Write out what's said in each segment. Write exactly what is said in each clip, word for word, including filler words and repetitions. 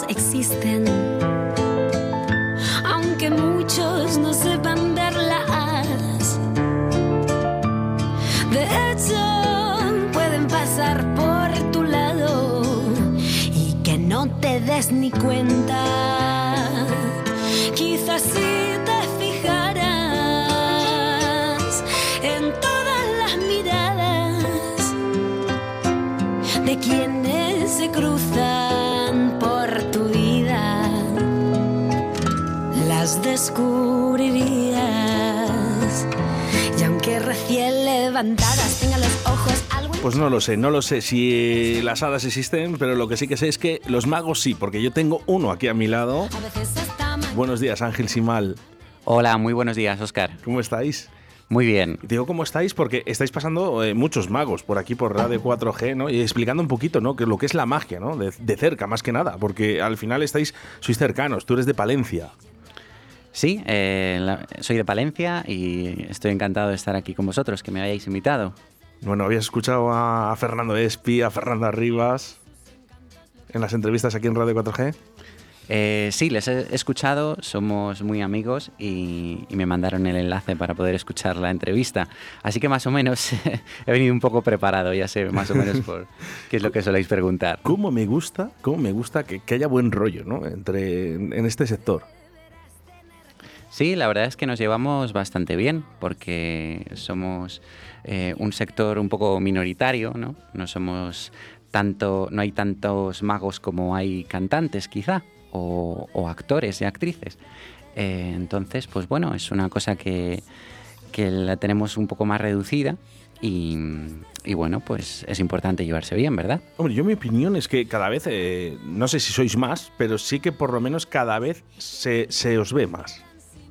existen, aunque muchos no sepan verlas. De hecho, pueden pasar por tu lado y que no te des ni cuenta. Quizás si te fijaras en todas las miradas de quienes se cruzan por tu vida, las descubrirías. Y aunque recién levantadas tengan los ojos algo... Pues no lo sé, no lo sé si las hadas existen, pero lo que sí que sé es que los magos sí, porque yo tengo uno aquí a mi lado. A veces hasta mal. Buenos días, Ángel Simal. Hola, muy buenos días, Óscar. ¿Cómo estáis? Muy bien. Digo, ¿cómo estáis? Porque estáis pasando eh, muchos magos por aquí, por Radio cuatro G, ¿no? Y explicando un poquito, ¿no? Que lo que es la magia, ¿no? De, de cerca, más que nada, porque al final estáis, sois cercanos, tú eres de Palencia. Sí, eh, la, soy de Palencia y estoy encantado de estar aquí con vosotros, que me hayáis invitado. Bueno, ¿habías escuchado a, a Fernando Espi, a Fernanda Rivas en las entrevistas aquí en Radio cuatro G? Eh, sí, les he escuchado, somos muy amigos y, y me mandaron el enlace para poder escuchar la entrevista. Así que más o menos he venido un poco preparado, ya sé más o menos por qué es lo que soléis preguntar. ¿Cómo me gusta, cómo me gusta que, que haya buen rollo, ¿no? Entre, en este sector. Sí, la verdad es que nos llevamos bastante bien porque somos eh, un sector un poco minoritario, ¿no? No somos tanto, no hay tantos magos como hay cantantes, quizá. O, o actores y actrices. Eh, entonces, pues bueno, es una cosa que, que la tenemos un poco más reducida y, y bueno, pues es importante llevarse bien, ¿verdad? Hombre, yo mi opinión es que cada vez, eh, no sé si sois más, pero sí que por lo menos cada vez se, se os ve más.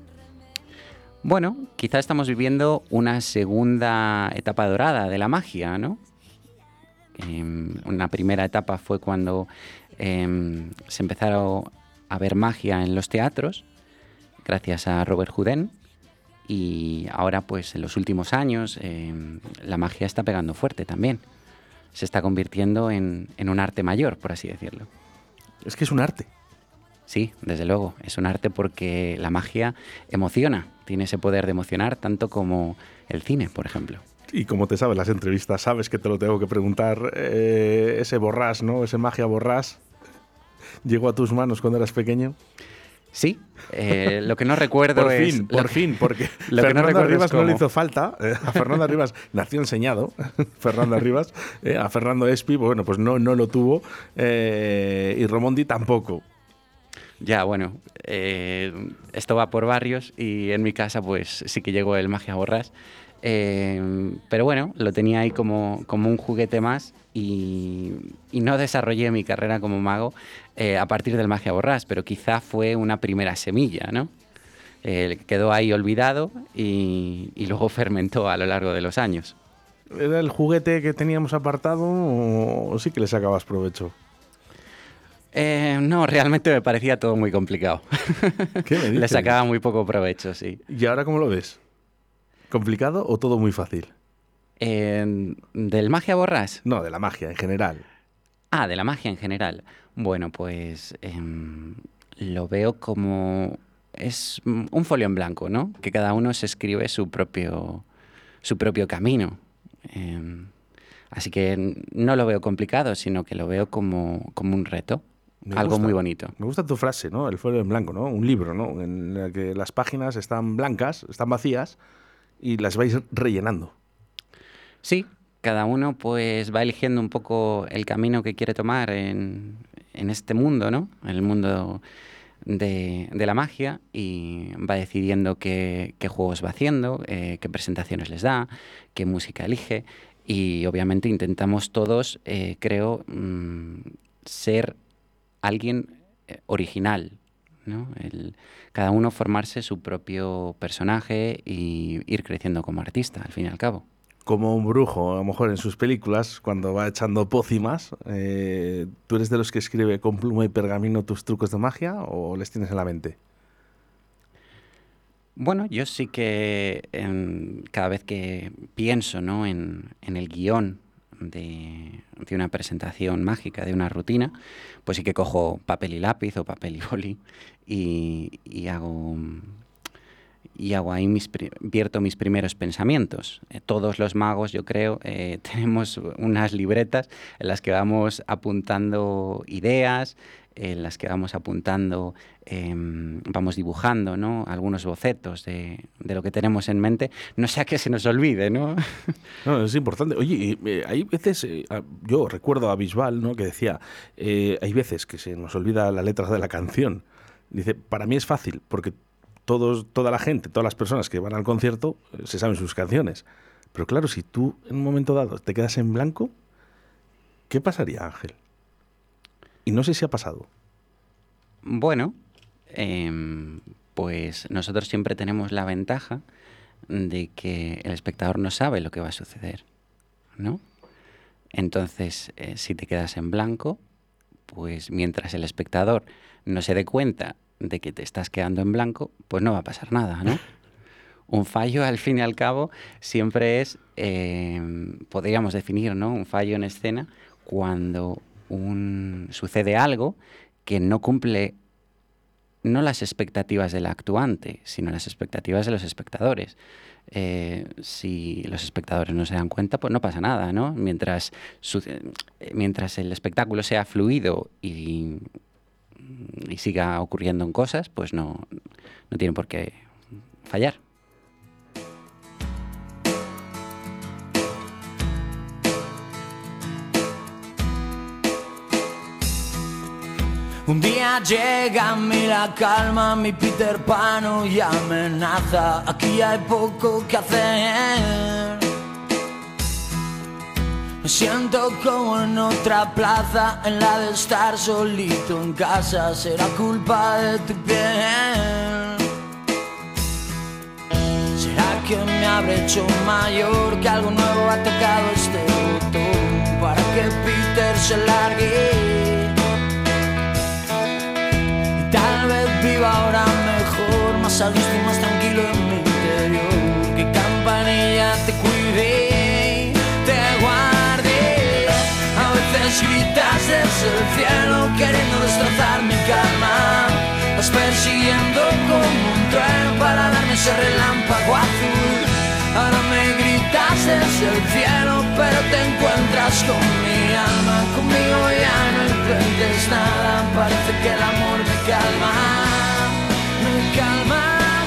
Bueno, quizá estamos viviendo una segunda etapa dorada de la magia, ¿no? Eh, una primera etapa fue cuando eh, se empezaron a ver magia en los teatros, gracias a Robert Houdin, y ahora pues en los últimos años eh, la magia está pegando fuerte también. Se está convirtiendo en, en un arte mayor, por así decirlo. Es que es un arte. Sí, desde luego, es un arte porque la magia emociona, tiene ese poder de emocionar tanto como el cine, por ejemplo. Y como te sabes las entrevistas, sabes que te lo tengo que preguntar, eh, ese borrás, ¿no? Ese magia borrás, ¿llegó a tus manos cuando eras pequeño? Sí, eh, lo que no recuerdo por es... Fin, por lo fin, porque lo que no Fernanda recuerdo Rivas es cómo. no le hizo falta. Eh, a Fernanda Rivas nació enseñado, Fernanda Rivas, eh, a Fernando Espi, bueno, pues no, no lo tuvo, eh, y Romondi tampoco. Ya, bueno, eh, esto va por barrios y en mi casa pues sí que llegó el magia borrás. Eh, pero bueno, lo tenía ahí como, como un juguete más y, y no desarrollé mi carrera como mago eh, a partir del magia borrás, pero quizá fue una primera semilla, ¿no? Eh, quedó ahí olvidado y, y luego fermentó a lo largo de los años. ¿Era el juguete que teníamos apartado o sí que le sacabas provecho? Eh, no, realmente me parecía todo muy complicado. ¿Qué me dices? Le sacaba muy poco provecho, sí. ¿Y ahora cómo lo ves? ¿Complicado o todo muy fácil? Eh, ¿Del magia borrás? No, de la magia en general. Ah, de la magia en general. Bueno, pues eh, lo veo como... es un folio en blanco, ¿no? Que cada uno se escribe su propio, su propio camino. Eh, así que no lo veo complicado, sino que lo veo como, como un reto. Me Algo gusta, muy bonito. Me gusta tu frase, ¿no? El folio en blanco, ¿no? Un libro, ¿no? En el que las páginas están blancas, están vacías y las vais rellenando. Sí, cada uno pues va eligiendo un poco el camino que quiere tomar en, en este mundo, ¿no? En el mundo de, de la magia y va decidiendo qué, qué juegos va haciendo, eh, qué presentaciones les da, qué música elige y obviamente intentamos todos, eh, creo, mmm, ser alguien original, ¿no? El, cada uno formarse su propio personaje y ir creciendo como artista, al fin y al cabo. Como un brujo, a lo mejor en sus películas, cuando va echando pócimas, eh, ¿tú eres de los que escribe con pluma y pergamino tus trucos de magia o les tienes en la mente? Bueno, yo sí que en, cada vez que pienso, ¿no? en, en el guión de, de una presentación mágica, de una rutina, pues sí que cojo papel y lápiz o papel y boli y, y hago... y hago ahí mis, vierto mis primeros pensamientos. Eh, todos los magos, yo creo, eh, tenemos unas libretas en las que vamos apuntando ideas, en las que vamos apuntando, eh, vamos dibujando, ¿no?, algunos bocetos de, de lo que tenemos en mente, no sea que se nos olvide, ¿no? No, es importante. Oye, eh, hay veces, eh, yo recuerdo a Bisbal, ¿no?, que decía, eh, hay veces que se nos olvida la letra de la canción. Dice, para mí es fácil, porque Todos, toda la gente, todas las personas que van al concierto eh, se saben sus canciones. Pero claro, si tú en un momento dado te quedas en blanco, ¿qué pasaría, Ángel? Y no sé si ha pasado. Bueno, eh, pues nosotros siempre tenemos la ventaja de que el espectador no sabe lo que va a suceder, ¿no? Entonces, eh, si te quedas en blanco, pues mientras el espectador no se dé cuenta de que te estás quedando en blanco, pues no va a pasar nada, ¿no? Un fallo, al fin y al cabo, siempre es, eh, podríamos definir, ¿no?, un fallo en escena cuando un, sucede algo que no cumple no las expectativas del actuante, sino las expectativas de los espectadores. Eh, si los espectadores no se dan cuenta, pues no pasa nada, ¿no? Mientras, mientras el espectáculo sea fluido y y siga ocurriendo en cosas, pues no, no tiene por qué fallar. Un día llega a mí la calma, mi Peter Pan y amenaza. Aquí hay poco que hacer. Me siento como en otra plaza, en la de estar solito en casa. Será culpa de tu piel. ¿Será que me habré hecho mayor, que algo nuevo ha tocado este botón para que Peter se largue? Y tal vez viva ahora mejor, más a gusto y más tranquilo en mi interior. Que Campanilla te cuide, te guarde. Gritas desde el cielo queriendo destrozar mi calma. Vas persiguiendo como un tren para darme ese relámpago azul. Ahora me gritas desde el cielo, pero te encuentras con mi alma. Conmigo ya no entiendes nada, parece que el amor me calma, me calma.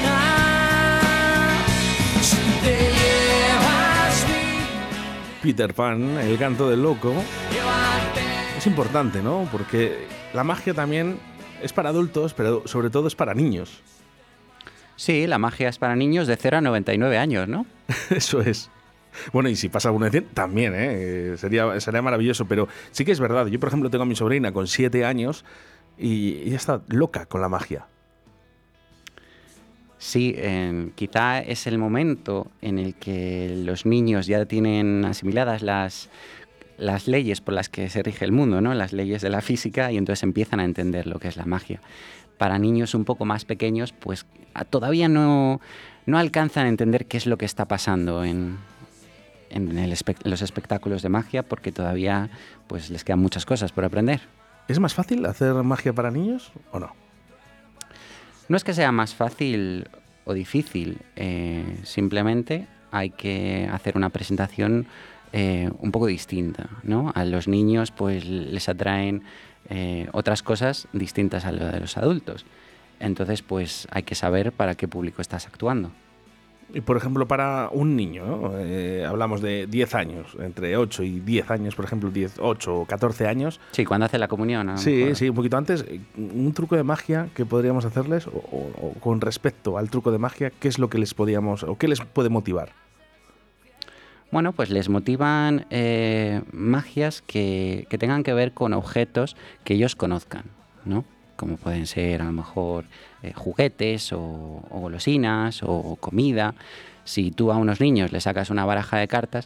Si te llevas mi... Peter Pan, el canto del loco, es importante, ¿no? Porque la magia también es para adultos, pero sobre todo es para niños. Sí, la magia es para niños de cero a noventa y nueve años, ¿no? Eso es. Bueno, y si pasa alguna de cien, también, ¿eh? Sería, sería maravilloso, pero sí que es verdad. Yo, por ejemplo, tengo a mi sobrina con siete años y ella está loca con la magia. Sí, eh, quizá es el momento en el que los niños ya tienen asimiladas las, las leyes por las que se rige el mundo, ¿no? Las leyes de la física, y entonces empiezan a entender lo que es la magia. Para niños un poco más pequeños, pues todavía no, no alcanzan a entender qué es lo que está pasando en, en, el espe- en los espectáculos de magia, porque todavía pues, les quedan muchas cosas por aprender. ¿Es más fácil hacer magia para niños o no? No es que sea más fácil o difícil, eh, simplemente hay que hacer una presentación eh, un poco distinta, ¿no? A los niños pues les atraen eh, otras cosas distintas a lo de los adultos. Entonces pues hay que saber para qué público estás actuando. Y por ejemplo, para un niño, ¿no? eh, hablamos de diez años, entre ocho y diez años, por ejemplo, diez, ocho o catorce años. Sí, cuando hace la comunión. A lo Sí, mejor. sí, un poquito antes. Un truco de magia que podríamos hacerles, o, o, o con respecto al truco de magia, ¿qué es lo que les podíamos, o qué les puede motivar? Bueno, pues les motivan eh, magias que, que tengan que ver con objetos que ellos conozcan, ¿no? Como pueden ser a lo mejor eh, juguetes o, o golosinas o comida. Si tú a unos niños les sacas una baraja de cartas,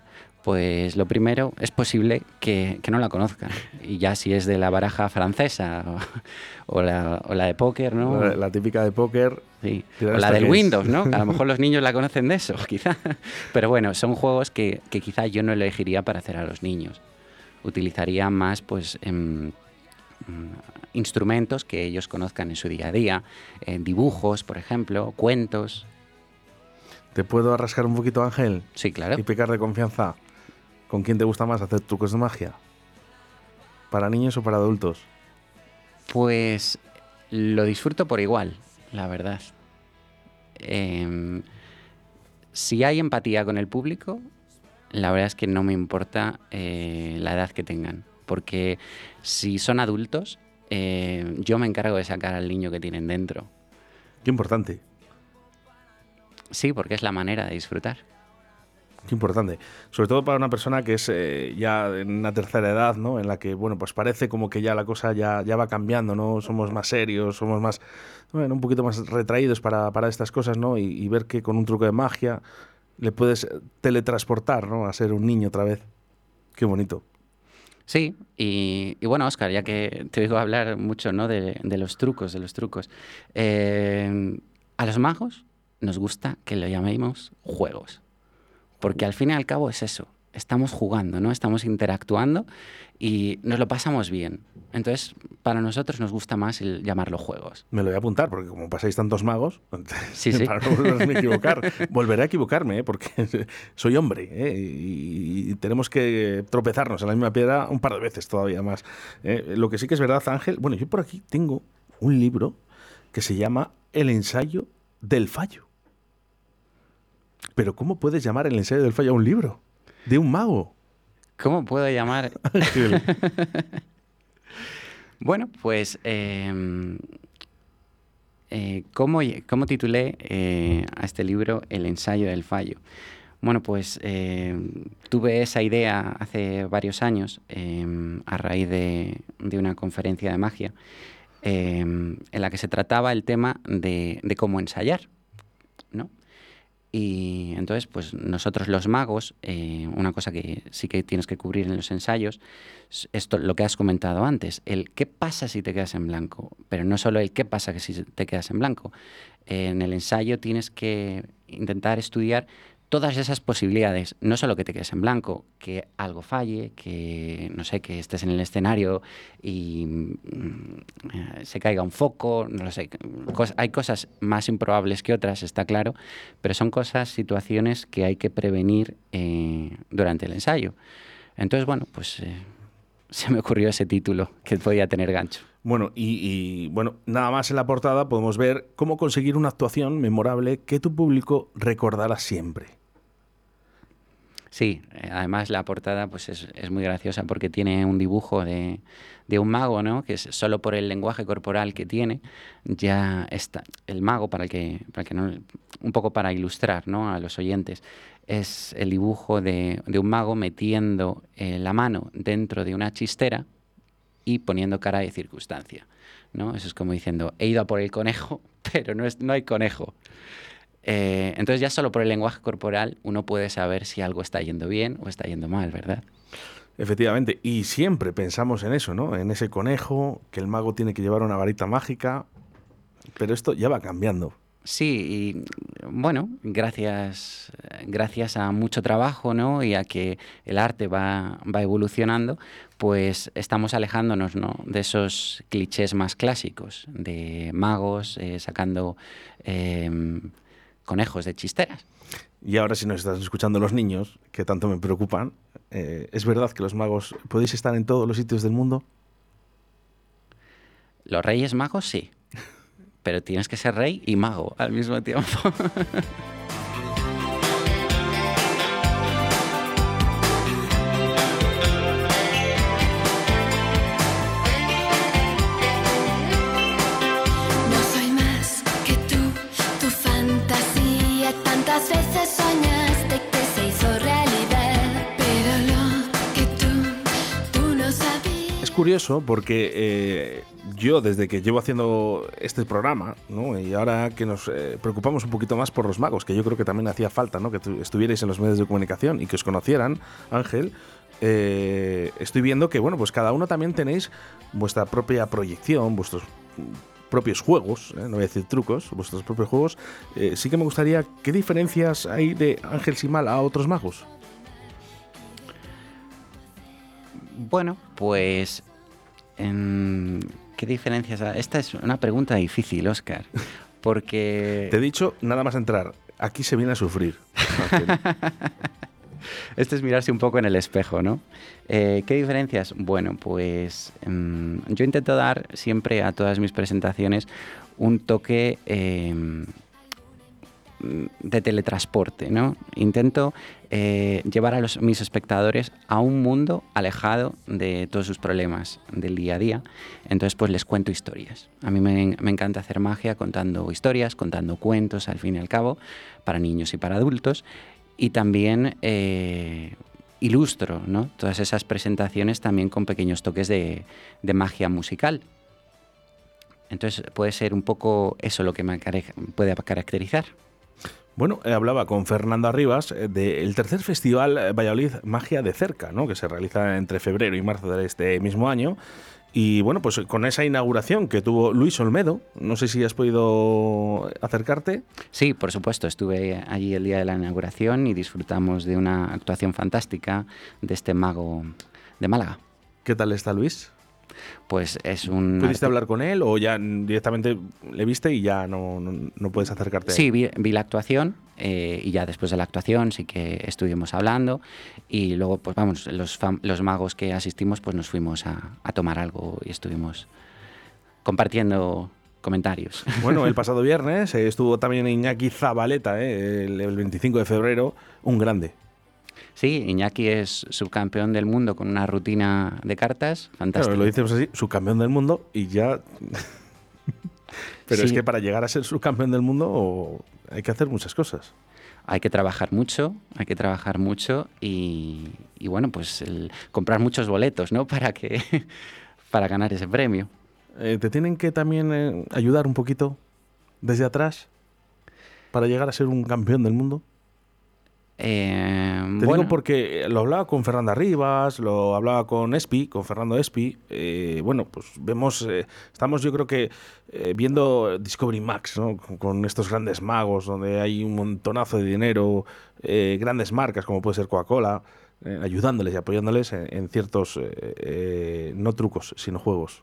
Pues lo primero, es posible que, que no la conozcan. Y ya si es de la baraja francesa o, o, la, o la de póker, ¿no? La, la típica de póker. Sí. O la del Windows, ¿no? A lo mejor los niños la conocen de eso, quizá. Pero bueno, son juegos que, que quizá yo no elegiría para hacer a los niños. Utilizaría más, pues, en, en instrumentos que ellos conozcan en su día a día. En dibujos, por ejemplo, cuentos. ¿Te puedo rascar un poquito, Ángel? Sí, claro. Y pecar de confianza. ¿Con quién te gusta más hacer trucos de magia? ¿Para niños o para adultos? Pues lo disfruto por igual, la verdad. Eh, si hay empatía con el público, la verdad es que no me importa eh, la edad que tengan. Porque si son adultos, eh, yo me encargo de sacar al niño que tienen dentro. Qué importante. Sí, porque es la manera de disfrutar. Qué importante. Sobre todo para una persona que es eh, ya en una tercera edad, ¿no? En la que, bueno, pues parece como que ya la cosa ya, ya va cambiando, ¿no? Somos más serios, somos más, bueno, un poquito más retraídos para, para estas cosas, ¿no? Y, y ver que con un truco de magia le puedes teletransportar, ¿no? A ser un niño otra vez. Qué bonito. Sí, y, y bueno, Óscar, ya que te oigo hablar mucho, ¿no? de, de los trucos, de los trucos. Eh, a los magos nos gusta que lo llamemos juegos. Porque al fin y al cabo es eso, estamos jugando, ¿no? Estamos interactuando y nos lo pasamos bien. Entonces, para nosotros nos gusta más el llamarlo juegos. Me lo voy a apuntar, porque como pasáis tantos magos, sí, sí. para no volverme a equivocar, volveré a equivocarme, ¿eh? Porque soy hombre, ¿eh? y, y tenemos que tropezarnos en la misma piedra un par de veces todavía más. ¿eh? Lo que sí que es verdad, Ángel, bueno, yo por aquí tengo un libro que se llama El ensayo del fallo. Pero ¿cómo puedes llamar el ensayo del fallo a un libro? De un mago. ¿Cómo puedo llamar? Bueno, pues eh, eh, ¿cómo, ¿cómo titulé eh, a este libro El ensayo del fallo? Bueno, pues eh, tuve esa idea hace varios años eh, a raíz de, de una conferencia de magia eh, en la que se trataba el tema de, de cómo ensayar, ¿no? Y entonces, pues nosotros los magos, eh, una cosa que sí que tienes que cubrir en los ensayos, es esto, lo que has comentado antes, el qué pasa si te quedas en blanco, pero no solo el qué pasa si te quedas en blanco. Eh, en el ensayo tienes que intentar estudiar todas esas posibilidades, no solo que te quedes en blanco, que algo falle, que no sé, que estés en el escenario y mm, se caiga un foco, no lo sé, cos- hay cosas más improbables que otras, está claro, pero son cosas, situaciones que hay que prevenir eh, durante el ensayo. Entonces, bueno, pues eh, se me ocurrió ese título que podía tener gancho. Bueno, y, y bueno, nada más en la portada podemos ver cómo conseguir una actuación memorable que tu público recordará siempre. Sí, eh, además la portada pues es, es muy graciosa porque tiene un dibujo de, de un mago, ¿no? Que es solo por el lenguaje corporal que tiene, ya está. El mago, para el que, para el que no, un poco para ilustrar, ¿no? A los oyentes, es el dibujo de, de un mago metiendo eh, la mano dentro de una chistera y poniendo cara de circunstancia, ¿no? Eso es como diciendo, he ido a por el conejo, pero no, es, no hay conejo. Eh, entonces ya solo por el lenguaje corporal uno puede saber si algo está yendo bien o está yendo mal, ¿verdad? Efectivamente, y siempre pensamos en eso, ¿no? En ese conejo, que el mago tiene que llevar una varita mágica, pero esto ya va cambiando. Sí, y bueno, gracias, gracias a mucho trabajo, ¿no? Y a que el arte va, va evolucionando, pues estamos alejándonos, ¿no? De esos clichés más clásicos, de magos eh, sacando eh, conejos de chisteras. Y ahora, si nos están escuchando los niños, que tanto me preocupan, eh, ¿es verdad que los magos podéis estar en todos los sitios del mundo? Los reyes magos, sí. Pero tienes que ser rey y mago al mismo tiempo. No soy más que tú, tu fantasía. Tantas veces soñaste que se hizo realidad, pero lo que tú, tú no sabías. curioso porque eh, yo desde que llevo haciendo este programa, ¿no? Y ahora que nos eh, preocupamos un poquito más por los magos, que yo creo que también hacía falta, ¿no? Que tu, estuvierais en los medios de comunicación y que os conocieran, Ángel, eh, estoy viendo que bueno, pues cada uno también tenéis vuestra propia proyección, vuestros propios juegos, ¿eh? No voy a decir trucos, vuestros propios juegos. Eh, sí que me gustaría, ¿qué diferencias hay de Ángel Simal a otros magos? Bueno, pues en... ¿qué diferencias? Esta es una pregunta difícil, Óscar, porque... Te he dicho, nada más entrar, aquí se viene a sufrir. Esto es mirarse un poco en el espejo, ¿no? Eh, ¿Qué diferencias? Bueno, pues mmm, yo intento dar siempre a todas mis presentaciones un toque eh, de teletransporte, ¿no? Intento eh, llevar a los, mis espectadores a un mundo alejado de todos sus problemas del día a día. Entonces, pues les cuento historias. A mí me, me encanta hacer magia contando historias, contando cuentos, al fin y al cabo, para niños y para adultos. Y también eh, ilustro, ¿no? Todas esas presentaciones también con pequeños toques de, de magia musical. Entonces, puede ser un poco eso lo que me puede caracterizar. Bueno, eh, hablaba con Fernando Arribas eh, del tercer festival Valladolid Magia de Cerca, ¿no? Que se realiza entre febrero y marzo de este mismo año. Y bueno, pues con esa inauguración que tuvo Luis Olmedo, no sé si has podido acercarte. Sí, por supuesto, estuve allí el día de la inauguración y disfrutamos de una actuación fantástica de este mago de Málaga. ¿Qué tal está Luis? Pues es un... ¿Pudiste hablar con él o ya directamente le viste y ya no, no, no puedes acercarte a él? Sí, vi, vi la actuación eh, y ya después de la actuación sí que estuvimos hablando y luego, pues vamos, los, fam- los magos que asistimos pues nos fuimos a, a tomar algo y estuvimos compartiendo comentarios. Bueno, el pasado viernes eh, estuvo también Iñaki Zabaleta, eh, el, el veinticinco de febrero, un grande. Sí, Iñaki es subcampeón del mundo con una rutina de cartas fantástica. Claro, lo decimos así, subcampeón del mundo y ya... Pero sí. Es que para llegar a ser subcampeón del mundo hay que hacer muchas cosas. Hay que trabajar mucho, hay que trabajar mucho y, y bueno, pues el, comprar muchos boletos, ¿no? Para que para ganar ese premio. Eh, ¿Te tienen que también eh, ayudar un poquito desde atrás para llegar a ser un campeón del mundo? Eh, Te bueno. digo porque lo hablaba con Fernando Arribas, lo hablaba con Espi, con Fernando Espi. Eh, bueno, pues vemos, eh, estamos yo creo que eh, viendo Discovery Max, ¿no? Con, con estos grandes magos donde hay un montonazo de dinero, eh, grandes marcas como puede ser Coca-Cola, eh, ayudándoles y apoyándoles en, en ciertos, eh, eh, no trucos, sino juegos.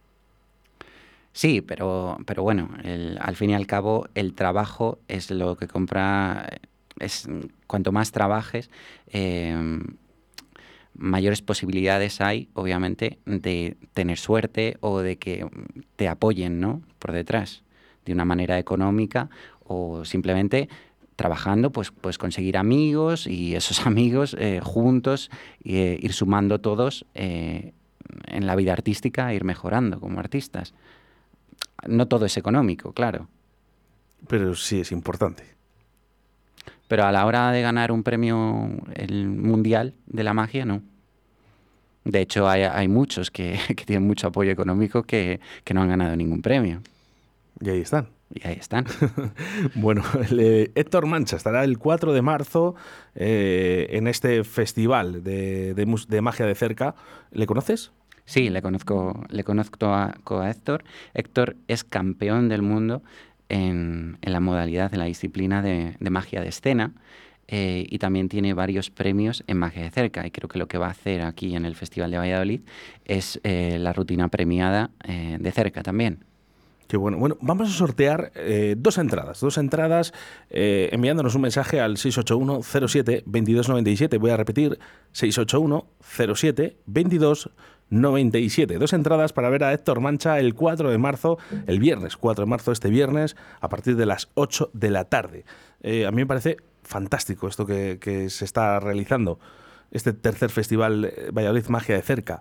Sí, pero, pero bueno, el, al fin y al cabo el trabajo es lo que compra... Es, cuanto más trabajes, eh, mayores posibilidades hay, obviamente, de tener suerte o de que te apoyen, ¿no? Por detrás, de una manera económica o simplemente trabajando, pues, pues conseguir amigos y esos amigos eh, juntos, eh, ir sumando todos eh, en la vida artística, ir mejorando como artistas. No todo es económico, claro. Pero sí es importante. Pero a la hora de ganar un premio el mundial de la magia, no. De hecho, hay, hay muchos que, que tienen mucho apoyo económico que, que no han ganado ningún premio. Y ahí están. Y ahí están. Bueno, el, eh, Héctor Mancha estará el cuatro de marzo eh, en este festival de, de, de magia de cerca. ¿Le conoces? Sí, le conozco, le conozco a, a Héctor. Héctor es campeón del mundo En, en la modalidad, en la disciplina de, de magia de escena eh, y también tiene varios premios en magia de cerca y creo que lo que va a hacer aquí en el Festival de Valladolid es eh, la rutina premiada eh, de cerca también. Qué bueno. Bueno, vamos a sortear eh, dos entradas, dos entradas eh, enviándonos un mensaje al seis ocho uno cero siete veintidós noventa y siete. Voy a repetir, seis ocho uno cero siete veintidós noventa y siete. Dos entradas para ver a Héctor Mancha el cuatro de marzo, el viernes cuatro de marzo, este viernes, a partir de las ocho de la tarde. Eh, a mí me parece fantástico esto que, que se está realizando, este tercer festival Valladolid Magia de Cerca.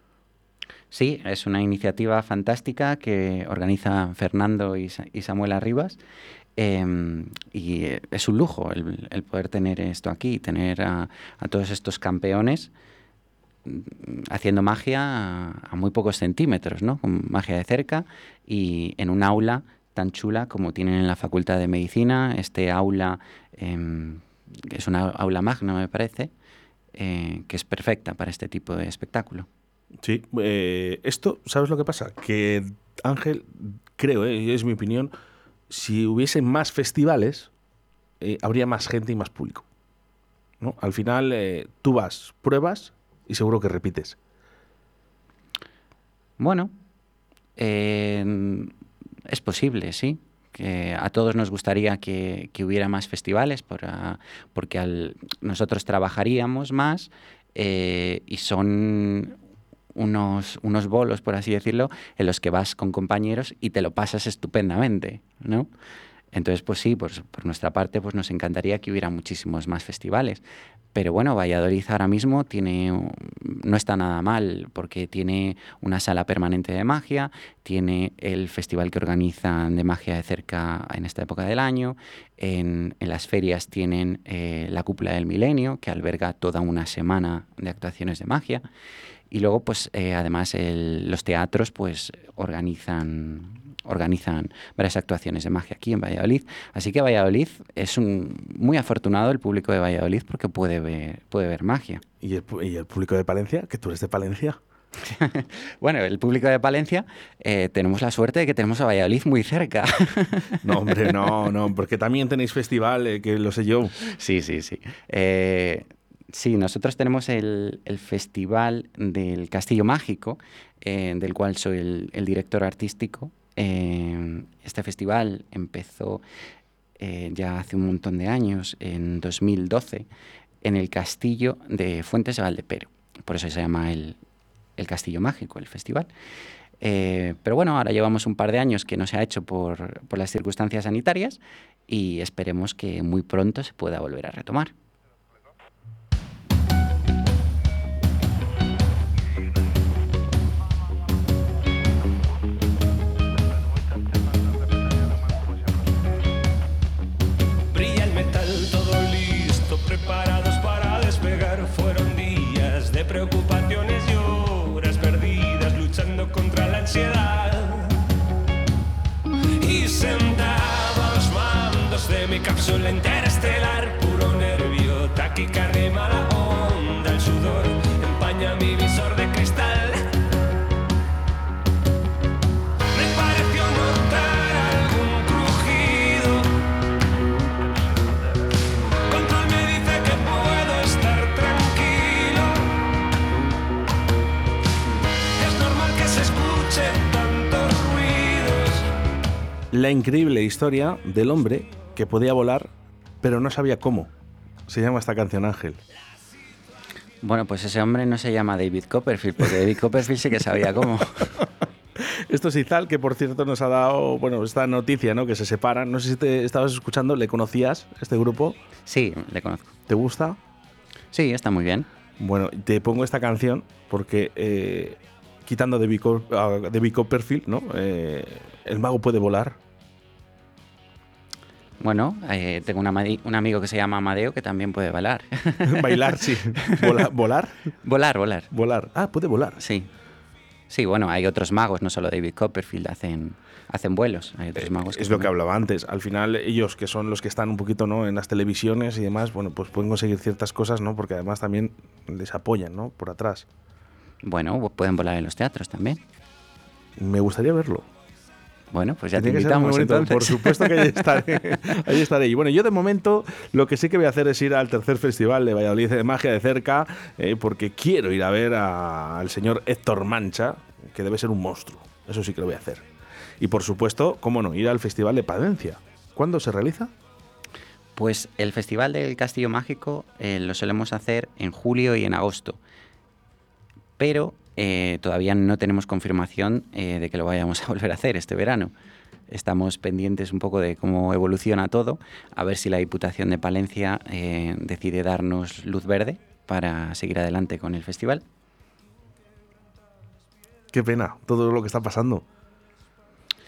Sí, es una iniciativa fantástica que organiza Fernando y, y Samuel Arribas eh, y es un lujo el, el poder tener esto aquí, tener a, a todos estos campeones haciendo magia a, a muy pocos centímetros, ¿no? Con magia de cerca y en un aula tan chula como tienen en la Facultad de Medicina, este aula, eh, que es una aula magna, me parece, eh, que es perfecta para este tipo de espectáculo. Sí, eh, esto, ¿sabes lo que pasa? Que Ángel, creo, eh, es mi opinión, si hubiese más festivales, eh, habría más gente y más público, ¿no? Al final, eh, tú vas, pruebas y seguro que repites. Bueno, eh, es posible, sí. Que a todos nos gustaría que, que hubiera más festivales para, porque al, nosotros trabajaríamos más eh, y son unos, unos bolos, por así decirlo, en los que vas con compañeros y te lo pasas estupendamente, ¿no? Entonces, pues sí, pues, por nuestra parte pues nos encantaría que hubiera muchísimos más festivales. Pero bueno, Valladolid ahora mismo tiene, no está nada mal porque tiene una sala permanente de magia, tiene el festival que organizan de magia de cerca en esta época del año, en, en las ferias tienen eh, la Cúpula del Milenio, que alberga toda una semana de actuaciones de magia. Y luego, pues, eh, además, el, los teatros, pues, organizan, organizan varias actuaciones de magia aquí en Valladolid. Así que Valladolid es un muy afortunado el público de Valladolid porque puede ver, puede ver magia. ¿Y el, y el público de Palencia? ¿Que tú eres de Palencia? Bueno, el público de Palencia, eh, tenemos la suerte de que tenemos a Valladolid muy cerca. No, hombre, no, no, porque también tenéis festival, eh, que lo sé yo. Sí, sí, sí. Eh, sí, nosotros tenemos el, el Festival del Castillo Mágico, eh, del cual soy el, el director artístico. Eh, este festival empezó eh, ya hace un montón de años, en dos mil doce, en el castillo de Fuentes de Valdepero. Por eso se llama el, el Castillo Mágico, el festival. Eh, pero bueno, ahora llevamos un par de años que no se ha hecho por, por las circunstancias sanitarias y esperemos que muy pronto se pueda volver a retomar. Preparados para despegar, fueron días de preocupaciones y horas perdidas luchando contra la ansiedad. Y sentado a los mandos de mi cápsula interestelar, puro nervio, taquicardia y mala onda, el sudor empaña mi visor de cristal. Me pareció notar algún crujido. Control me dice que puedo estar tranquilo. Es normal que se escuchen tantos ruidos. La increíble historia del hombre que podía volar, pero no sabía cómo. Se llama esta canción, Ángel. Bueno, pues ese hombre no se llama David Copperfield, porque David Copperfield sí que sabía cómo. Esto es Izal, que por cierto nos ha dado, bueno, esta noticia, ¿no? Que se separan. No sé si te estabas escuchando, ¿le conocías este grupo? Sí, le conozco. ¿Te gusta? Sí, está muy bien. Bueno, te pongo esta canción porque, eh, quitando a David, Cop- a David Copperfield, ¿no? Eh, el mago puede volar. Bueno, eh, tengo un, ama- un amigo que se llama Amadeo que también puede volar. Bailar, sí. Vola- ¿Volar? Volar, volar. Volar. Ah, puede volar. Sí. Sí, bueno, hay otros magos, no solo David Copperfield, hacen, hacen vuelos. Hay otros magos. Eh, que es lo que también. hablaba antes. Al final, ellos que son los que están un poquito, ¿no? En las televisiones y demás, bueno, pues pueden conseguir ciertas cosas, ¿no? Porque además también les apoyan, ¿no? Por atrás. Bueno, pueden volar en los teatros también. Me gustaría verlo. Bueno, pues ya te Tiene que ser muy invitamos bonito. entonces. Por supuesto que ahí estaré. Ahí estaré. Y bueno, yo de momento lo que sí que voy a hacer es ir al tercer festival de Valladolid de Magia de cerca, eh, porque quiero ir a ver a- al señor Héctor Mancha, que debe ser un monstruo. Eso sí que lo voy a hacer. Y por supuesto, cómo no, ir al Festival de Palencia. ¿Cuándo se realiza? Pues el Festival del Castillo Mágico eh, lo solemos hacer en julio y en agosto. Pero eh, todavía no tenemos confirmación eh, de que lo vayamos a volver a hacer este verano. Estamos pendientes un poco de cómo evoluciona todo, a ver si la Diputación de Palencia eh, decide darnos luz verde para seguir adelante con el festival. Qué pena, todo lo que está pasando.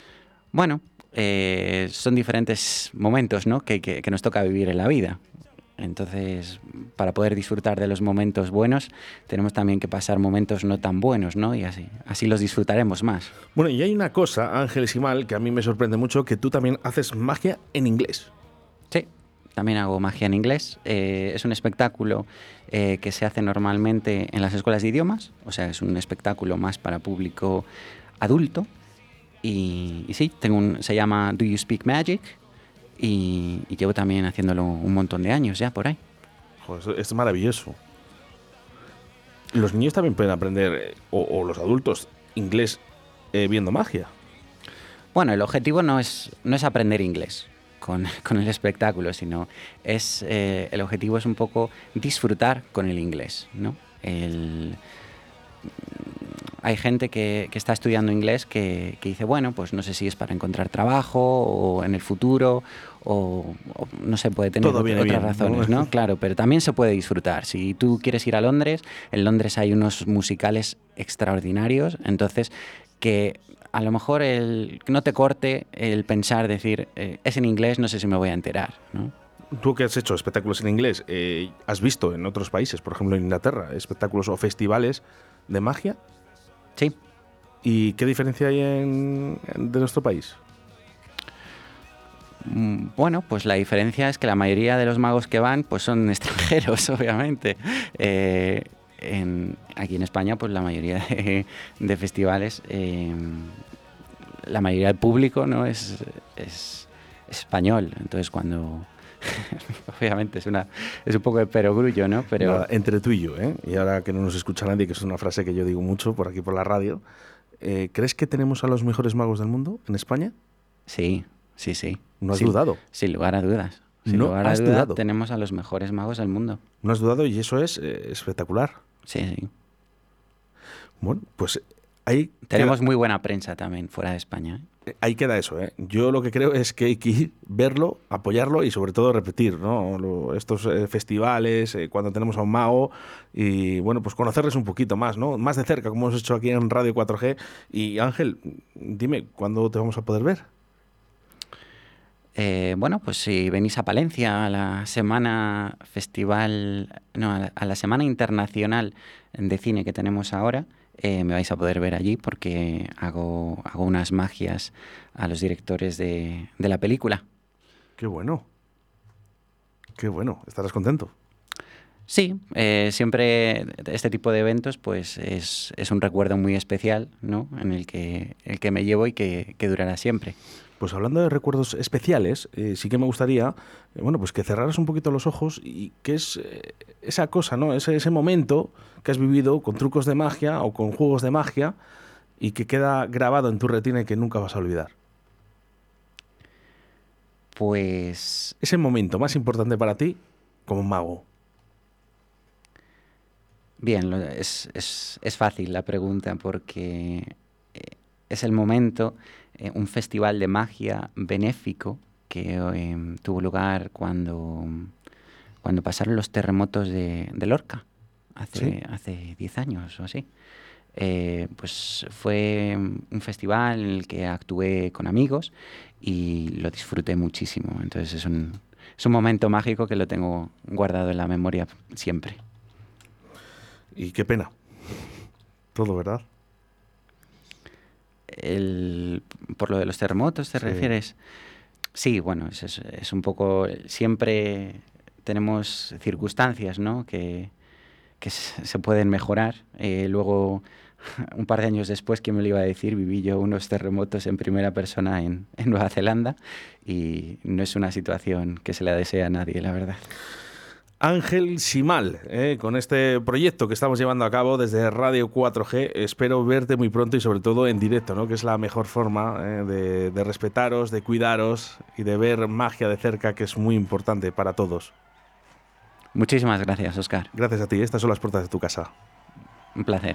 Bueno, eh, son diferentes momentos, ¿no? que, que, que nos toca vivir en la vida. Entonces, para poder disfrutar de los momentos buenos, tenemos también que pasar momentos no tan buenos, ¿no? Y así, así los disfrutaremos más. Bueno, y hay una cosa, Ángel Simal, que a mí me sorprende mucho, que tú también haces magia en inglés. Sí, también hago magia en inglés. Eh, es un espectáculo eh, que se hace normalmente en las escuelas de idiomas, o sea, es un espectáculo más para público adulto. Y, y sí, tengo un, se llama Do You Speak Magic? Y, y llevo también haciéndolo un montón de años ya por ahí. Joder, es maravilloso. Los niños también pueden aprender, eh, o, o los adultos, inglés eh, viendo magia. Bueno, el objetivo no es, no es aprender inglés con, con el espectáculo, sino es eh, el objetivo es un poco disfrutar con el inglés, ¿no? El, hay gente que, que está estudiando inglés que, que dice, bueno, pues no sé si es para encontrar trabajo o en el futuro o, o no se puede tener Todo viene otras bien, razones, ¿no? ¿no? Claro, pero también se puede disfrutar. Si tú quieres ir a Londres, en Londres hay unos musicales extraordinarios, entonces que a lo mejor el, no te corte el pensar, decir, eh, es en inglés, no sé si me voy a enterar, ¿no? Tú que has hecho espectáculos en inglés, eh, ¿has visto en otros países, por ejemplo en Inglaterra, espectáculos o festivales de magia? Sí. ¿Y qué diferencia hay en, en- de nuestro país? Mm, Bueno, pues la diferencia es que la mayoría de los magos que van pues son extranjeros, obviamente. Eh, en- aquí en España, pues la mayoría de, de festivales, eh, la mayoría del público no es, es español. Entonces cuando... obviamente es, una, es un poco de perogrullo, ¿no? Pero Nada, entre tú y yo, ¿eh? Y ahora que no nos escucha nadie, que es una frase que yo digo mucho por aquí por la radio, eh, ¿crees que tenemos a los mejores magos del mundo en España? sí, sí, sí. ¿No has Sin- dudado? Sin lugar a dudas. Sin No lugar a has dudas, dudado. tenemos a los mejores magos del mundo. No has dudado y eso es eh, espectacular. Sí, sí. Bueno, pues ahí Tenemos queda, muy buena prensa también fuera de España, ¿eh? ahí queda eso, ¿eh? Yo lo que creo es que hay que ir, verlo, apoyarlo y sobre todo repetir, ¿no? Lo- estos eh, festivales, eh, cuando tenemos a un mago y, bueno, pues conocerles un poquito más, ¿no? Más de cerca, como hemos hecho aquí en Radio cuatro G. Y Ángel, dime, ¿cuándo te vamos a poder ver? Eh, bueno, pues si venís a Palencia a la semana festival, no, a la, a la semana internacional de cine que tenemos ahora, eh, me vais a poder ver allí porque hago, hago unas magias a los directores de, de la película. Qué bueno. Qué bueno, estarás contento. Sí, eh, siempre este tipo de eventos pues es, es un recuerdo muy especial, ¿no? En el que, el que me llevo y que, que durará siempre. Pues hablando de recuerdos especiales, eh, sí que me gustaría, eh, bueno, pues que cerraras un poquito los ojos y qué es eh, esa cosa, ¿no? Ese, ese momento que has vivido con trucos de magia o con juegos de magia y que queda grabado en tu retina y que nunca vas a olvidar. Pues Ese momento más importante para ti como mago. bien, lo- es, es, es fácil la pregunta porque eh, es el momento, eh, un festival de magia benéfico que eh, tuvo lugar cuando, cuando pasaron los terremotos de, de Lorca, hace, Sí. hace diez años o así. Eh, pues fue un festival en el que actué con amigos y lo disfruté muchísimo. Entonces es un, es un momento mágico que lo tengo guardado en la memoria siempre. Y qué pena. Todo, ¿verdad? El, por lo de los terremotos, ¿te Sí. refieres? Sí, bueno, es, es, es un poco... Siempre tenemos circunstancias, ¿no? Que, que se se pueden mejorar. Eh, luego, un par de años después, ¿quién me lo iba a decir? Viví yo unos terremotos en primera persona en, en Nueva Zelanda y no es una situación que se le desea a nadie, la verdad. Ángel Simal, eh, con este proyecto que estamos llevando a cabo desde Radio cuatro G. Espero verte muy pronto y sobre todo en directo, ¿no? Que es la mejor forma eh, de, de respetaros, de cuidaros y de ver magia de cerca, que es muy importante para todos. Muchísimas gracias, Óscar. Gracias a ti, estas son las puertas de tu casa. Un placer.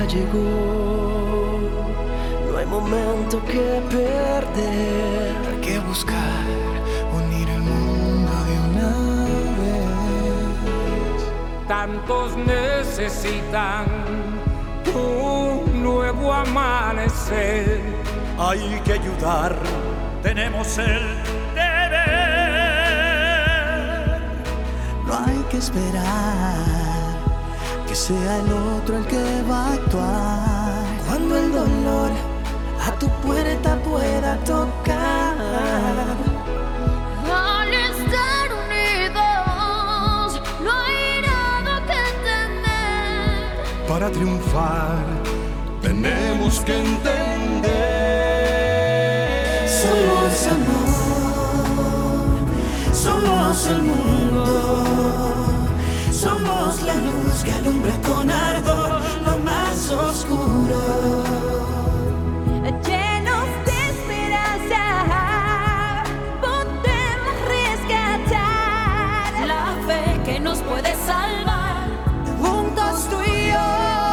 ya llegó, no hay momento que perder. Hay que buscar unir el mundo de una vez. Tantos necesitan un nuevo amanecer. Hay que ayudar, tenemos el deber. No hay que esperar que sea el otro el que va a actuar. Cuando el dolor a tu puerta pueda tocar. Al estar unidos, no hay nada que temer. Para triunfar, tenemos que entender. Somos amor, somos el mundo. Somos la luz que alumbra con ardor lo más oscuro. Llenos de esperanza, podemos rescatar la fe que nos puede salvar. Juntos tú y yo.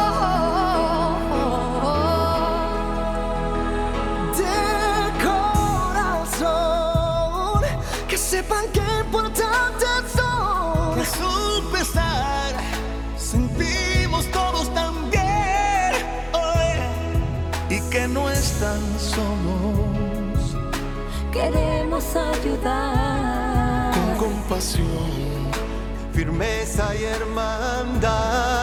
De corazón, que sepan que importantes son. Que su pesar sentimos todos también. Oh, yeah. Y que no están solos. Queremos ayudar Con compasión, firmeza y hermandad.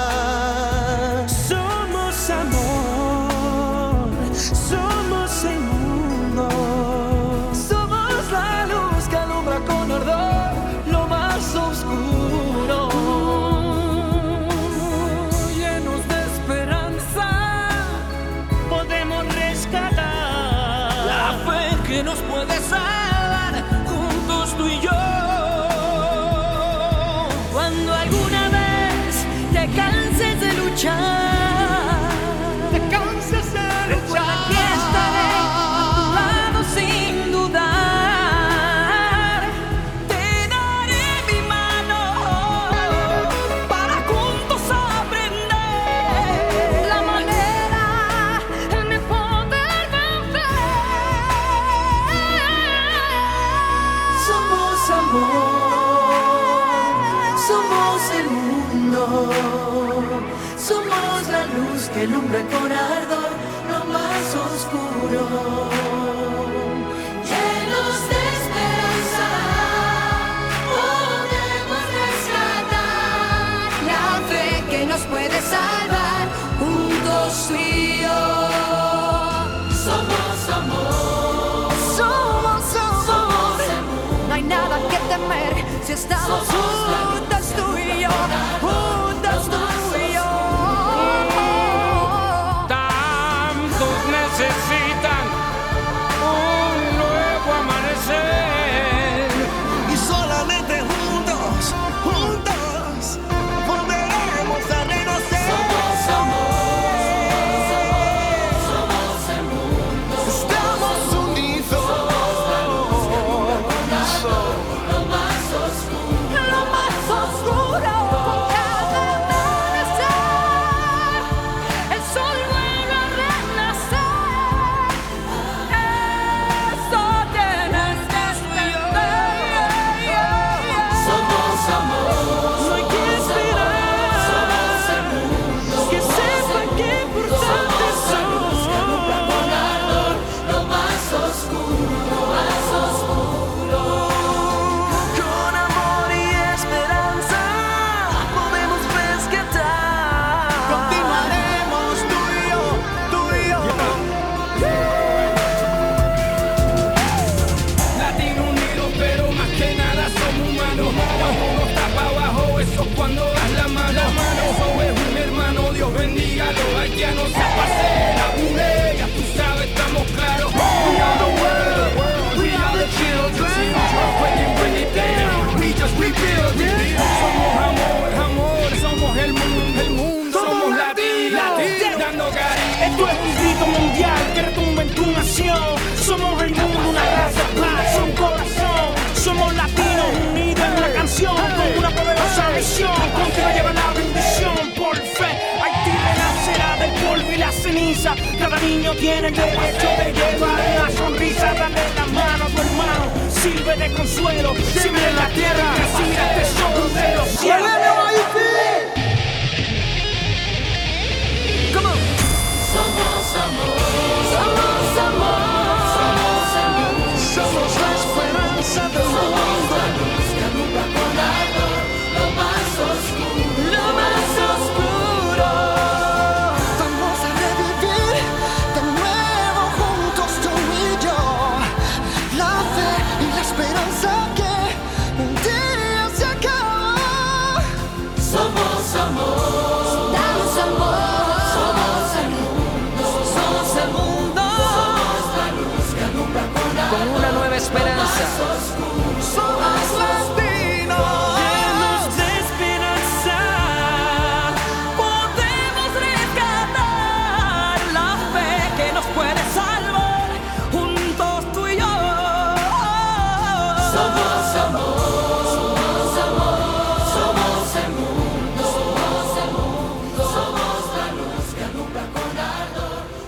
Somos amor, somos el mundo. Somos la luz que alumbra con ardor lo más oscuro. Llenos de esperanza, podemos rescatar la fe que nos puede salvar, juntos tú y yo. cuando alguna vez te canses de luchar. Te cansas de Recuerda que estaré a tu lado sin dudar. Te daré mi mano para juntos aprender la manera de poder vencer. Somos amor, somos el mundo. Somos la luz que alumbra con ardor lo más oscuro. Llenos de esperanza, podemos rescatar La fe que nos puede salvar, juntos tú y yo. Somos amor, Somos, somos, somos el mundo. no hay nada que temer si estamos juntos tú y yo, juntos tú y yo. Tantos necesitan un nuevo amanecer. Y solamente juntos, juntos, volveremos a renacer. Somos amor, somos el mundo. Estamos unidos. Lo más oscuro, Lo más oscuro, cada amanecer, el sol vuelve a renacer. Eso tienes que entender. somos amor. No hay que esperar, Somos el mundo. que sepan que importantes son. Lo más oscuro, lo más oscuro. Con amor y esperanza podemos rescatar. Continuaremos tú y yo, tú y yo. Latino unido, pero más que nada somos humanos. Cuando uno está para abajo, eso es cuando das la mano. Eso es un hermano, Dios bendígalo. Haitianos se paseen la pule, ya tú sabes, estamos claros. We are the world, we are the children. When you bring it down, we just rebuild it. Somos amor, amor, somos el mundo, el mundo. Somos latinos, dando cariño. Esto es un grito mundial que retumba en tu nación. Somos el mundo, una raza, paz, un corazón. Somos latinos unidos en la canción, con una poderosa misión. Contigo lleva la bendición por fe. Haití renacerá del polvo ceniza. Cada niño tiene el derecho de llevar una sonrisa. Dale la mano a tu hermano, sirve de consuelo. Siembra en la tierra, recibirá tesoro de los cielos. Somos amor, somos amor, somos amor, somos la esperanza del mundo. Somos la luz que alumbra con ardor lo más oscuro, lo más oscuro. Vamos a revivir de nuevo juntos tú y yo. La fe y la esperanza que un día se acaba. Somos amor, damos amor. Con una nueva esperanza.